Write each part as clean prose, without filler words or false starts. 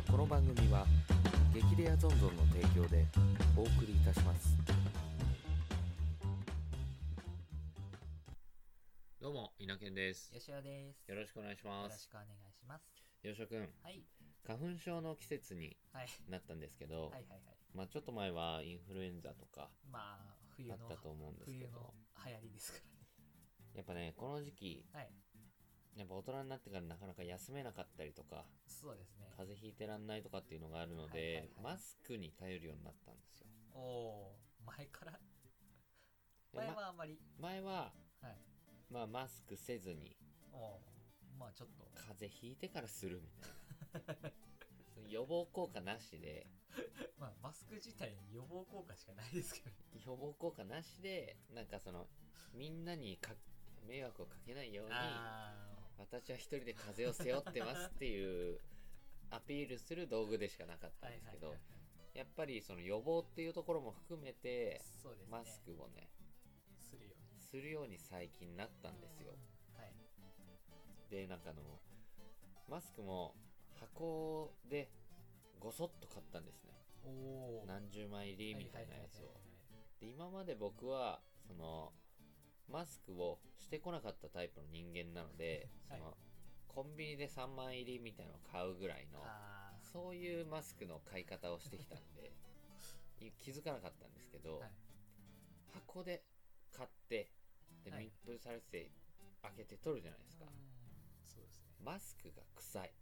この番組は激レアゾンゾンの提供でお送りいたします。どうも稲健です。 吉尾です。 よろしくお願いします。 よろしくお願いします。 吉尾くん、 はい。 花粉症の季節にはい。 なったんですけど、 はいはいはい。 まあちょっと前はインフルエンザとかまあ冬のあったと思うんですけど、 冬の流行りですからね。 やっぱねこの時期、 はい。 やっぱ大人になってからなかなか休めなかったりとか、 そうですね。 風邪ひいてらんないとかっていうのがあるので、 はいはいはいマスクに頼るようになったんですよ。 おお、前からで前はあんまり、 前ははい。 まあマスクせずにおお、まあちょっと風邪ひいてからするみたいなその予防効果なしでまあマスク自体に予防効果しかないですけどね。 予防効果なしでなんかそのみんなに迷惑をかけないように私は一人で風邪を背負ってますっていうアピールする道具でしかなかったんですけど、やっぱりその予防っていうところも含めてそうですね。 マスクをねするように最近なったんですよ。 はい。 でなんかマスクも箱でごそっと買ったんですね。 おお。 何十枚入りみたいなやつを。 はいはいはいはいで今まで僕はそのマスクをしてこなかったタイプの人間なので、そのコンビニで3枚入りみたいなのを買うぐらいのそういうマスクの買い方をしてきたんで気づかなかったんですけど、 はい。 箱で買ってではい密封されてて開けて取るじゃないですか。 そうですね。 マスクが臭い。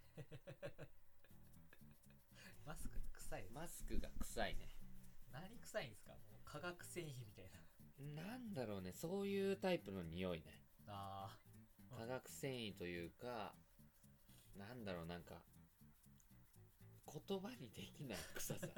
マスク臭いです。 マスクが臭いね。 何臭いんですか？もう化学繊維みたいな。 なんだろうね、そういうタイプの匂いね。 ああ。 化学繊維というか、なんだろう、なんか言葉にできない臭さ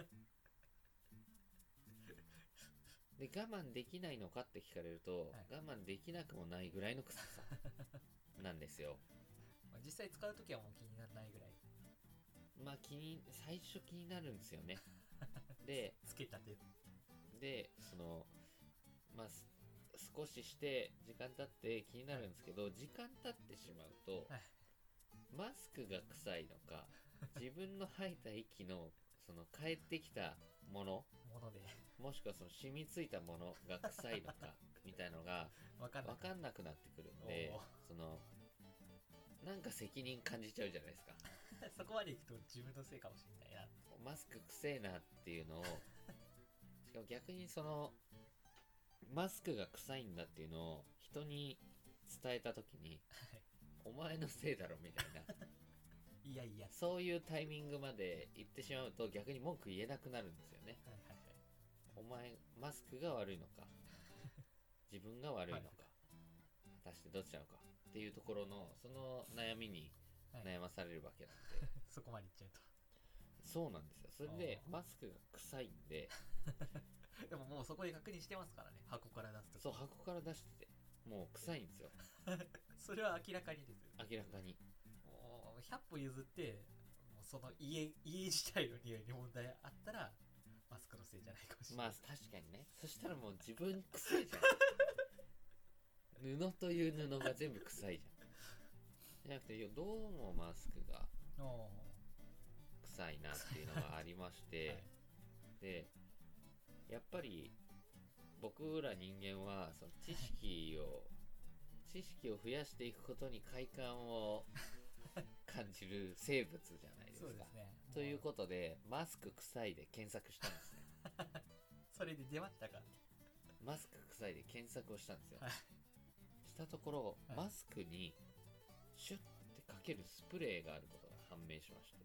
で我慢できないのかって聞かれると、 はい我慢できなくもないぐらいの臭さなんですよ。 実際使うときはもう気にならないぐらい。 まあ最初気になるんですよね。でつけたて。 そのまあ少しして時間経って気になるんですけど、時間経ってしまうと、 はい。 マスクが臭いのか自分の吐いた息のその帰ってきたものでもしくはその染みついたものが臭いのかみたいのが分かんなくなってくるんで、そのなんか責任感じちゃうじゃないですか。 そこまでいくと自分のせいかもしれないな。 マスク臭えなっていうのをしかも逆にそのマスクが臭いんだっていうのを人に伝えた時にお前のせいだろみたいないやいや。 そういうタイミングまで行ってしまうと逆に文句言えなくなるんですよね。 はいはいはい。 お前マスクが悪いのか自分が悪いのか、果たしてどっちなのかっていうところのその悩みに悩まされるわけなんで、 そこまでいっちゃうと。 そうなんですよ。それでマスクが臭いんででももうそこで確認してますからね、箱から出すと。 そう箱から出しててもう臭いんですよそれは明らかにですよ。 明らかに。 もう100歩譲ってもうその家自体の匂いに問題あったらマスクのせいじゃないかもしれない。 まあ確かにね。そしたらもう自分臭いじゃん布という布が全部臭いじゃん。じゃなくてどうもマスクが臭いなっていうのがありまして、はい、でやっぱり僕ら人間はその知識を増やしていくことに快感を感じる生物じゃないですか。そうですね。ということでマスク臭いで検索したんですねそれで出ましたか？ マスク臭いで検索をしたんですよ、 はい、 したところ、はい、マスクにシュッてかけるスプレーがあることが判明しまして、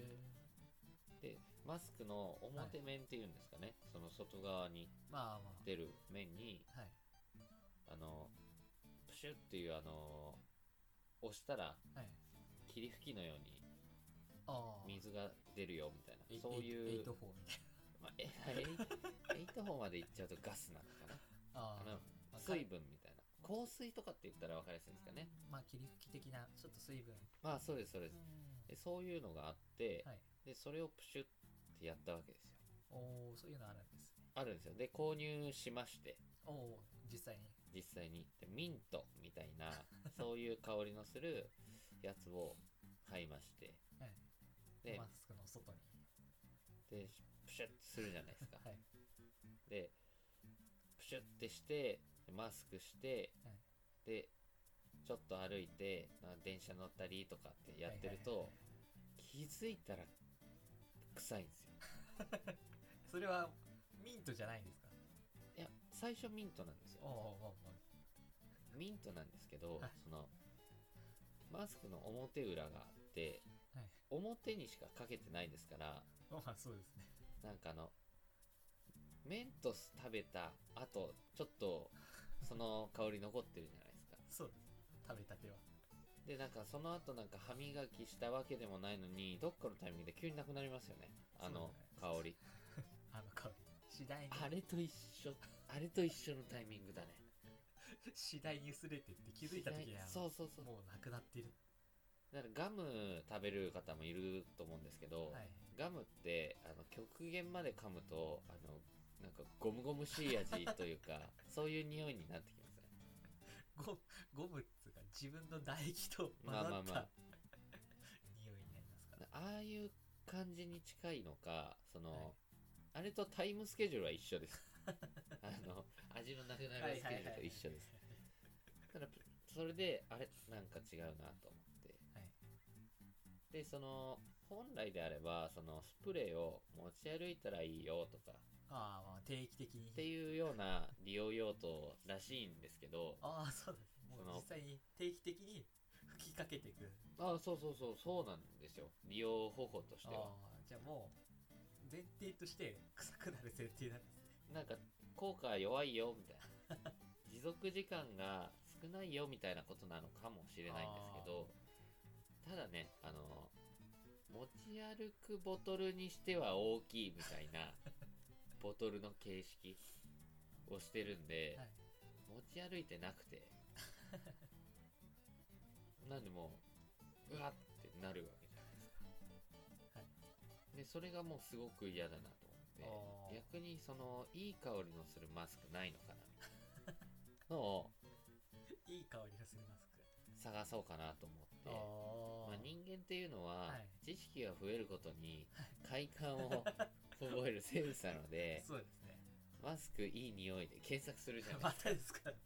でマスクの表面っていうんですかね、はい、その外側に出る面に、はい、プシュっていう押したら、はい、霧吹きのように水が出るよみたいな、そういう 8-4みたいな、 まあ、8-4までいっちゃうとガスなのかな水分みたいな、香水とかって言ったら分かりやすいんですかね。 まあ霧吹き的なちょっと水分、 まあそうですそうです。でそういうのがあって、はい、でそれをプシュってやったわけですよ。 おお、そういうのあるんですね。 あるんですよ。で購入しまして、 おお、実際にでミントみたいなそういう香りのするやつを買いまして、はい、 でマスクの外にでプシュッてするじゃないですか、 はい、 でプシュッてしてマスクして、 はい、 でちょっと歩いて電車乗ったりとかってやってると、 はいはいはいはい、 気づいたら臭いんですよ。 それはミントじゃないんですか？ いや最初ミントなんですよ。 おおミントなんですけど、 はい、 そのマスクの表裏があって、 はい、 表にしかかけてないですから、 まあそうですね。 なんかメントス食べた後ちょっとその香り残ってるじゃないですか。 そうです。食べたては。 でなんかその後なんか歯磨きしたわけでもないのに、どっかのタイミングで急になくなりますよね、あの香り。 あの香り。次第に、 あれと一緒、あれと一緒のタイミングだね。 次第に薄れてって気づいた時には、 そうそうそう。 もうなくなってる。 だからガム食べる方もいると思うんですけど、 はい。 ガムって極限まで噛むとなんかゴムゴムしい味というかそういう匂いになってきますね。 ゴゴムっつうか自分の唾液と混ざった、匂いになりますから。 ああいう感じに近いのか、 はい、 あれとタイムスケジュールは一緒です。味のなくなるスケジュールと一緒です。ただそれであれなんか違うなと思って、 はい、 で本来であればスプレーを持ち歩いたらいいよとかああ、まあ定期的に。 っていうような利用用途らしいんですけど、 ああ、そうです。もう実際に定期的に吹きかけていく。 そうそうそうそうなんですよ、利用方法としては。 ああ、じゃあもう前提として臭くなる前提なんですね。 なんか効果弱いよみたいな、持続時間が少ないよみたいなことなのかもしれないんですけど、ただね持ち歩くボトルにしては大きいみたいなボトルの形式をしてるんで、 はい、 持ち歩いてなくて、なんでもうわってなるわけじゃないですか。 はい、 でそれがもうすごく嫌だなと思って、逆にいい香りのするマスクないのかなみたいなのをいい香りがするマスク。 探そうかなと思って、人間っていうのは、 はい、 知識が増えることに快感を覚えるセンスなので、 そうですね。 マスクいい匂いで検索するじゃないまですか。 たですか？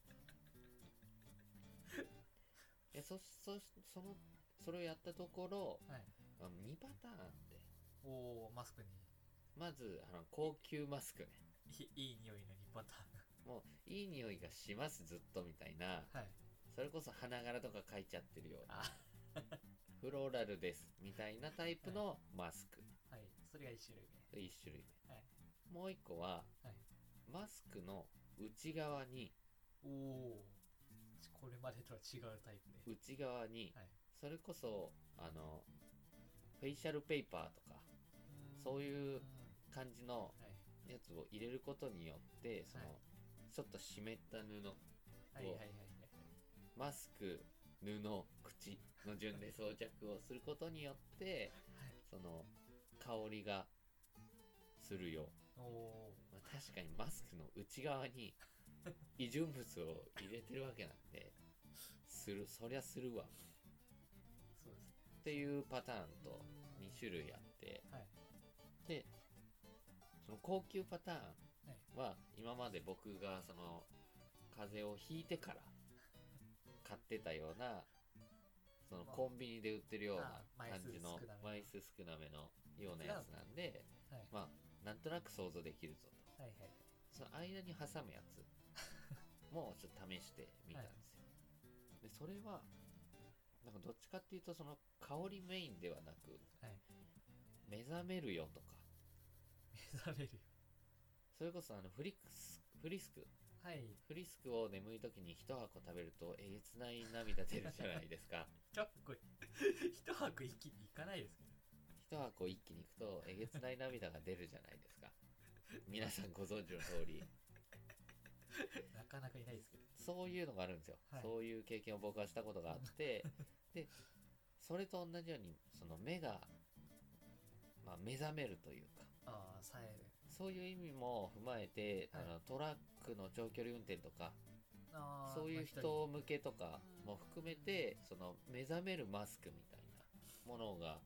でそれをやったところ、 はい。 2パターンで、 おお、マスクにまず高級マスクね、 いい匂いの2パタもういい匂いがしますずっとみたいな、 ーン。はい。 それこそ花柄とか書いちゃってるような、 あ、 フローラルですみたいなタイプのマスク、 はい。それが1種類目。 1種類はい。 目。もう1個ははい。 マスクの内側に、 おお。これまでとは違うタイプで。 内側にはい。 それこそフェイシャルペーパーとかそういう感じのはい。 やつを入れることによってはい。 ちょっと湿った布をはいはいはいはい。 マスク、布、口の順で装着をすることによってその香りがするよ。 おお。 確かにマスクの内側に異純物を入れてるわけなんで、そりゃするわそうですね。 っていうパターンと2種類あって、 はい。 でその高級パターはい。 ンは今まで僕が風邪をひいてから買ってたようなコンビニで売ってるような感じの枚数少なめのようなやつなんで、 はい。 まあなんとなく想像できるぞと。 はいはい。 その間に挟むやつもちょっと試してみたんですよ。でそれはなんかどっちかっていうと香りメインではなく、 はい。 目覚めるよとか、 目覚めるよ。 それこそフリスクはい。 フリスクを眠い時に一箱食べるとえげつない涙出るじゃないですか。 一箱一気にいかないですけど。 一箱一気にいくとえげつない涙が出るじゃないですか。皆さんご存知の通り。 なかなかいないですけど。 そういうのがあるんですよ、 はい。 そういう経験を僕はしたことがあって、でそれと同じように目が、目覚めるというか、 ああ、冴える。 そういう意味も踏まえて、 はい。 トラックの長距離運転とかああ、 そういうまあ人向けとかも含めて目覚めるマスクみたいなものが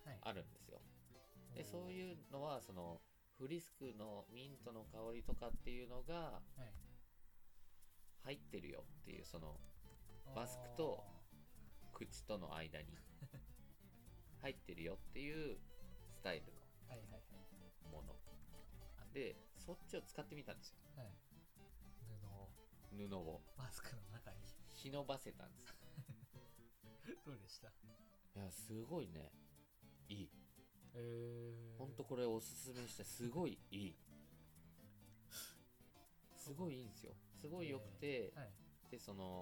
あるんですよ。でそういうのはそのフリスクのミントの香りとかっていうのが入ってるよっていう、そのマスクと口との間に入ってるよっていうスタイルのもので、そっちを使ってみたんですよ。布をマスクの中に忍ばせたんです。 どうでした？ いやすごいね、いい。ほんとこれおすすめして、すごいいい。すごいいいんですよ。すごい良くて、でその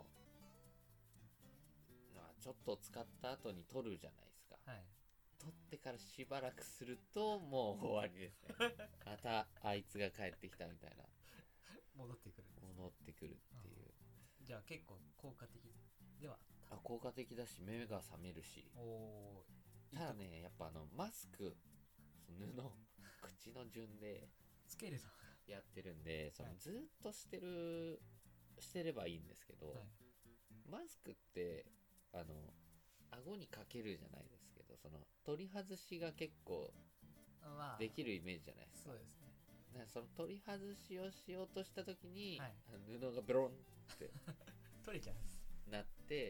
ちょっと使った後に取るじゃないですか。取ってからしばらくするともう終わりですね。またあいつが帰ってきたみたいな。 戻ってくるんですね。 戻ってくるっていう。 じゃあ結構効果的ではあった。 効果的だし目が覚めるし。ただね、やっぱマスク、布口の順でつけるのやってるんで、そのずっとしてればいいんですけど、マスクって顎にかけるじゃないですけど、その取り外しが結構できるイメージじゃないですか。 そうですね。 その取り外しをしようとした時に、布がベロンって取れちゃうんですなって、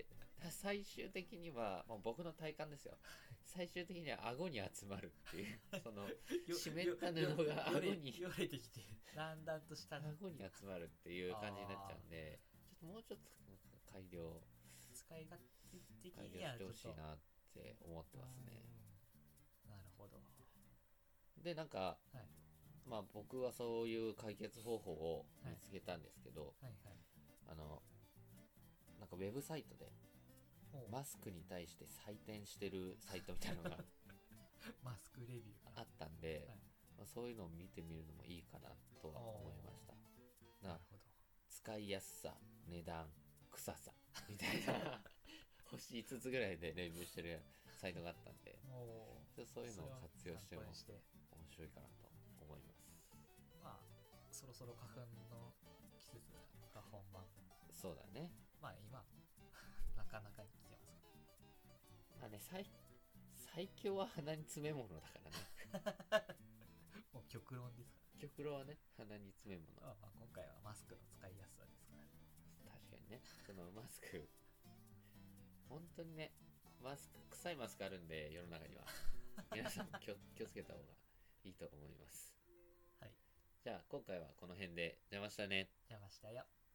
最終的にはもう僕の体感ですよ。最終的には顎に集まるっていうその湿った布が顎によれてきてだんだんとした顎に集まるっていう感じになっちゃうんで、ちょっともうちょっと改良使い勝手的改には良してほしいなって思ってますね。 なるほど。 でなんか、まあ僕はそういう解決方法を見つけたんですけど、なんかウェブサイトでマスクに対して採点してるサイトみたいなのがマスクレビューあったんで、まあ、そういうのを見てみるのもいいかなとは思いました。 なるほど。 使いやすさ、値段、臭さみたいな星5つぐらいでレビューしてるサイトがあったんで、そういうのを活用しても面白いかなと思います。 まあそろそろ花粉の季節が本番。 そうだね。 まあ今なかなかに来てますから。 まあね、最強は鼻に詰め物だからね。 もう極論ですから。 極論はね、鼻に詰め物。 まあ今回はマスクの使いやすさですからね。 確かにね、そのマスク本当にね、臭いマスクあるんで世の中には皆さん気をつけた方がいいと思います。 はい。 じゃあ今回はこの辺で、邪魔したね。 邪魔したよ。